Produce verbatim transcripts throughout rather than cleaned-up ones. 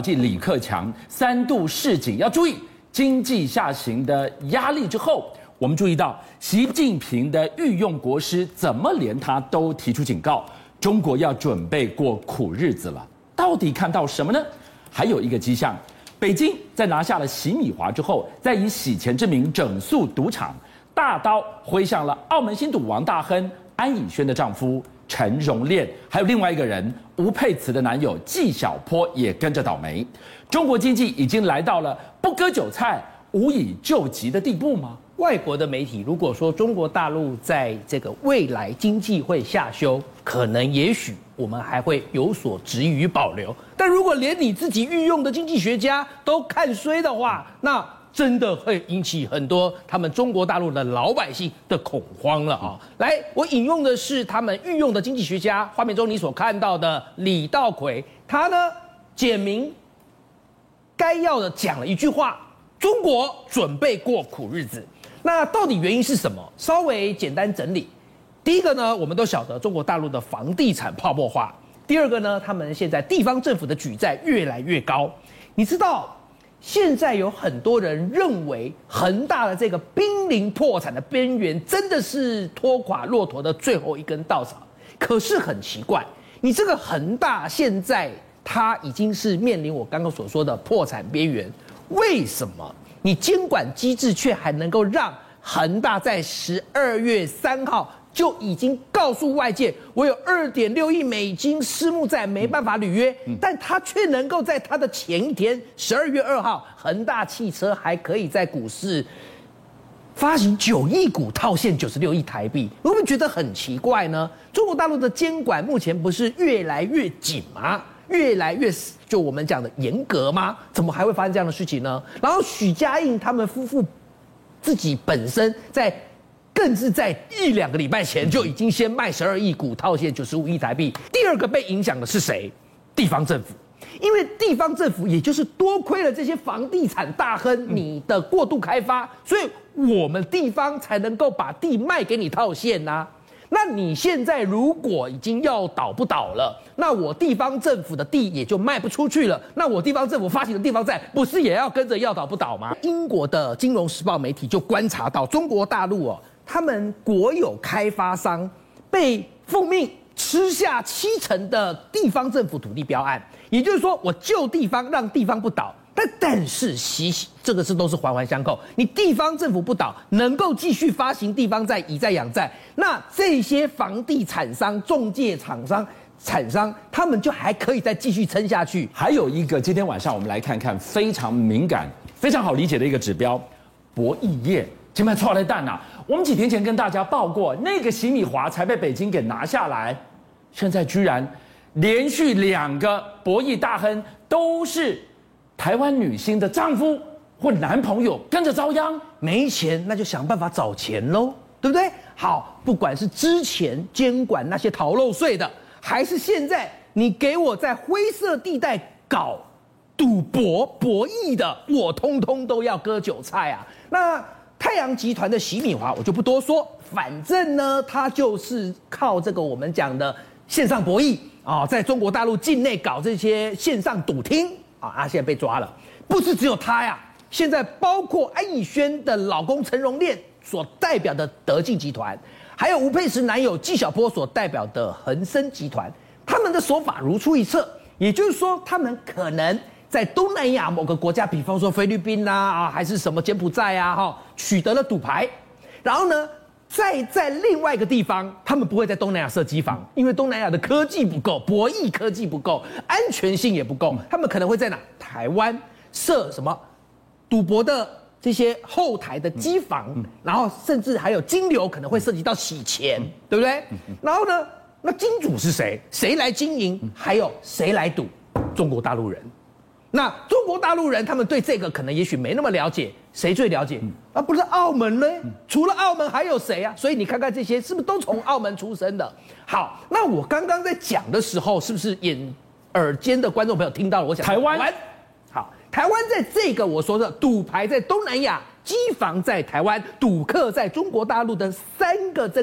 李克强三度示警，要注意经济下行的压力之后，我们注意到习近平的御用国师怎么连他都提出警告，中国要准备过苦日子了。到底看到什么呢？还有一个迹象，北京在拿下了洗米华之后，再以洗钱之名整肃赌场，大刀挥向了澳门新赌王大亨安以轩的丈夫陈荣炼，还有另外一个人吴佩慈的男友纪晓波也跟着倒霉。中国经济已经来到了不割韭菜无以救急的地步吗？ 外国的媒体如果说中国大陆在这个未来经济会下修，可能也许我们还会有所质疑与保留。但如果连你自己御用的经济学家都看衰的话，那真的会引起很多他们中国大陆的老百姓的恐慌了啊！来，我引用的是他们御用的经济学家，画面中你所看到的李稻葵，他呢简明概要的讲了一句话：中国准备过苦日子。那到底原因是什么？稍微简单整理。第一个呢，我们都晓得中国大陆的房地产泡沫化；第二个呢，他们现在地方政府的举债越来越高。你知道？现在有很多人认为恒大的这个濒临破产的边缘，真的是拖垮骆驼的最后一根稻草。可是很奇怪，你这个恒大现在它已经是面临我刚刚所说的破产边缘，为什么你监管机制却还能够让恒大在十二月三号就已经告诉外界，我有二点六亿美金私募债没办法履约，嗯、但他却能够在他的前一天，十二月二号，恒大汽车还可以在股市发行九亿股套现九十六亿台币，会不会觉得很奇怪呢？中国大陆的监管目前不是越来越紧吗？越来越就我们讲的严格吗？怎么还会发生这样的事情呢？然后许家印他们夫妇自己本身在。更是在一两个礼拜前就已经先卖十二亿股套现九十五亿台币。第二个被影响的是谁？地方政府，因为地方政府也就是多亏了这些房地产大亨你的过度开发，所以我们地方才能够把地卖给你套现呐、啊。那你现在如果已经要倒不倒了，那我地方政府的地也就卖不出去了，那我地方政府发行的地方债不是也要跟着要倒不倒吗？英国的《金融时报》媒体就观察到中国大陆哦。他们国有开发商被奉命吃下七成的地方政府土地标案，也就是说，我救地方让地方不倒，但但是息这个是都是环环相扣。你地方政府不倒，能够继续发行地方债，以债养债，那这些房地产商、中介厂商、厂商，他们就还可以再继续撑下去。 还有一个，今天晚上我们来看看非常敏感、非常好理解的一个指标——博弈业。今晚错了蛋呐！我们几天前跟大家报过，那个洗米华才被北京给拿下来，现在居然连续两个博弈大亨都是台湾女星的丈夫或男朋友跟着遭殃。 没钱那就想办法找钱喽，对不对？好，不管是之前监管那些逃漏税的，还是现在你给我在灰色地带搞赌博博弈的，我通通都要割韭菜啊！那太阳集团的洗米华我就不多说，反正呢，它就是靠这个我们讲的线上博弈啊，在中国大陆境内搞这些线上赌厅啊，啊，现在被抓了。不是只有他呀，现在包括安以轩的老公陈荣炼所代表的德进集团，还有吴佩慈男友纪晓波所代表的恒生集团，他们的手法如出一辙，也就是说，他们可能在东南亚某个国家，比方说菲律宾啦啊，还是什么柬埔寨啊，哈，取得了赌牌，然后呢，再在另外一个地方，他们不会在东南亚设机房，因为东南亚的科技不够，博弈科技不够，安全性也不够，他们可能会在哪？台湾设什么赌博的这些后台的机房，然后甚至还有金流可能会涉及到洗钱，对不对？然后呢，那金主是谁？谁来经营？还有谁来赌？中国大陆人。那中国大陆人他们对这个可能也许没那么了解，谁最了解？啊，不是澳门呢？除了澳门还有谁啊？所以你看看这些是不是都从澳门出生的？好，那我刚刚在讲的时候，是不是眼耳尖的观众朋友听到了？我想台湾， 好，台湾在这个我说的赌牌在东南亚，机房在台湾，赌客在中国大陆的三个这个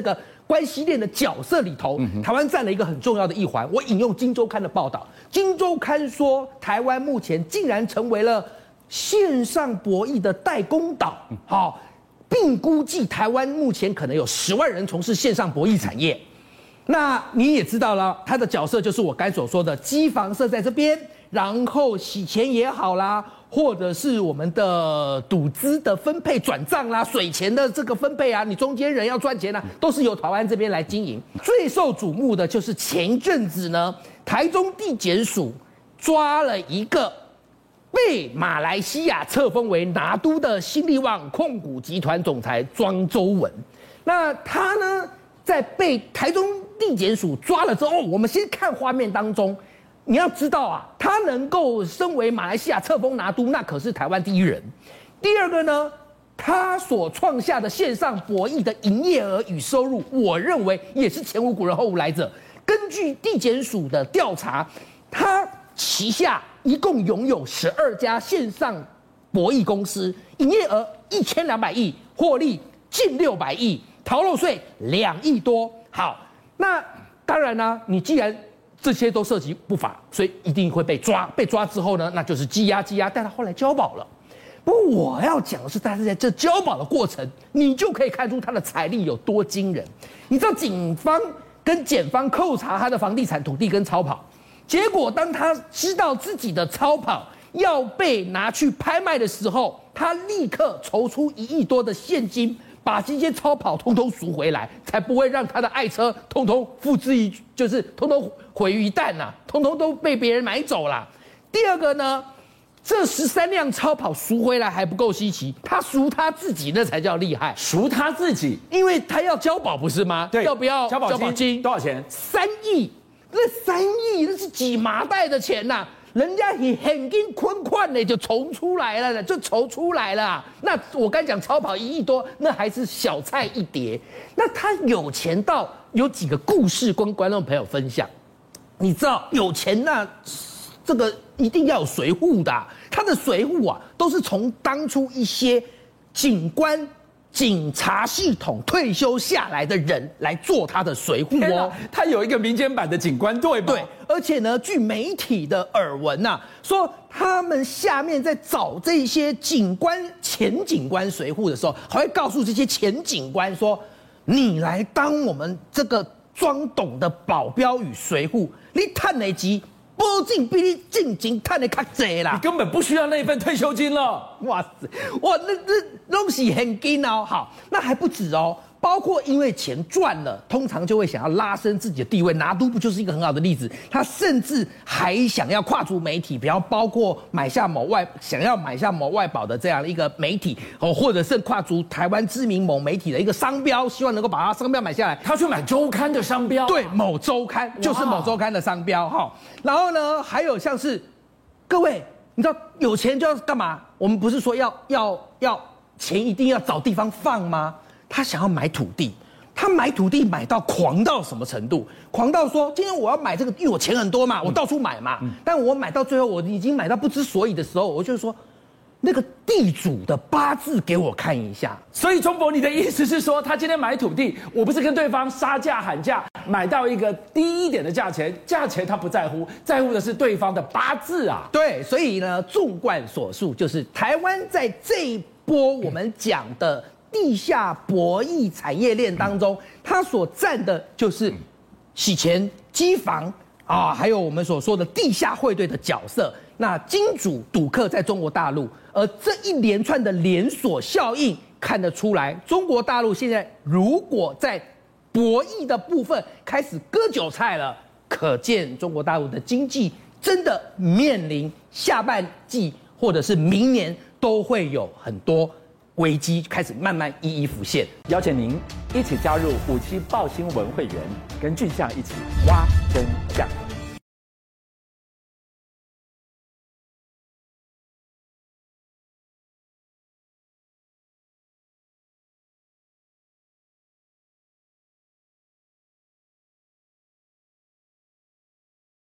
关系链的角色里头，台湾占了一个很重要的一环。我引用《今周刊》的报道，《今周刊》说，台湾目前竟然成为了线上博弈的代工岛，好，并估计台湾目前可能有十万人从事线上博弈产业。那你也知道了，他的角色就是我刚才所说的机房设在这边，然后洗钱也好啦，或者是我们的赌资的分配转账啦，水钱的这个分配啊，你中间人要赚钱啊，都是由台湾这边来经营。最受瞩目的就是前一阵子呢，台中地检署抓了一个被马来西亚册封为拿督的新力旺控股集团总裁庄周文。那他呢，在被台中地检署抓了之后，我们先看画面当中，你要知道啊，他能够身为马来西亚册封拿督，那可是台湾第一人。第二个呢，他所创下的线上博弈的营业额与收入，我认为也是前无古人后无来者。根据地检署的调查，他旗下一共拥有十二家线上博弈公司，营业额一千两百亿，获利近六百亿，逃漏税两亿多。好，那当然呢，你既然这些都涉及不法，所以一定会被抓。被抓之后呢，那就是羁押羁押，但他后来交保了。不过我要讲的是，但是在这交保的过程，你就可以看出他的财力有多惊人。你知道警方跟检方扣查他的房地产、土地跟超跑，结果当他知道自己的超跑要被拿去拍卖的时候，他立刻筹出一亿多的现金，把这些超跑通通赎回来，才不会让他的爱车通通付之一，就是通通毁于一旦呐、啊，通通都被别人买走了。第二个呢，这十三辆超跑赎回来还不够稀奇，他赎他自己那才叫厉害， 赎他自己， 因为他要交保不是吗？ 对， 要不要交保金？ 交保金多少钱？ 三亿，那三亿那是几麻袋的钱呐、啊！人家也很跟坤坤的就筹出来了，就筹出来了。那我刚讲超跑一亿多，那还是小菜一碟。那他有钱到有几个故事跟观众朋友分享。你知道有钱那这个一定要有随扈的、啊，他的随扈啊都是从当初一些警官、警察系统退休下来的人来做他的随扈哦。 他有一个民间版的警官队吧？ 对，而且呢，据媒体的耳闻呐、啊，说他们下面在找这些警官、前警官随扈的时候，还会告诉这些前警官说：“你来当我们这个庄董的保镖与随扈，你探哪级？”保证比你进前赚的较多啦， 你根本不需要那一份退休金了。 哇塞，哇，那那东西很紧哦。好，那还不止哦，包括因为钱赚了，通常就会想要拉升自己的地位。拿督不就是一个很好的例子？他甚至还想要跨足媒体，比方包括买下某外想要买下某外保的这样一个媒体哦，或者是跨足台湾知名某媒体的一个商标，希望能够把它商标买下来。 他去买周刊的商标， 对，某周刊就是某周刊的商标哈。然后呢，还有像是各位，你知道有钱就要干嘛？我们不是说要要要钱一定要找地方放吗？他想要买土地，他买土地买到狂到什么程度？狂到说今天我要买这个，因为我钱很多嘛，我到处买嘛。嗯、但我买到最后，我已经买到不知所以的时候，我就说那个地主的八字给我看一下。 所以钟博，你的意思是说，他今天买土地，我不是跟对方杀价喊价，买到一个低一点的价钱，价钱他不在乎，在乎的是对方的八字啊。 对，所以呢，纵贯所述，就是台湾在这一波我们讲的地下博弈产业链当中，它所占的就是洗钱、机房啊，还有我们所说的地下汇兑的角色。那金主赌客在中国大陆，而这一连串的连锁效应看得出来，中国大陆现在如果在博弈的部分开始割韭菜了，可见中国大陆的经济真的面临下半季或者是明年都会有很多危机开始慢慢一一浮现。 邀请您一起加入五七爆新闻会员，跟俊相一起挖真相。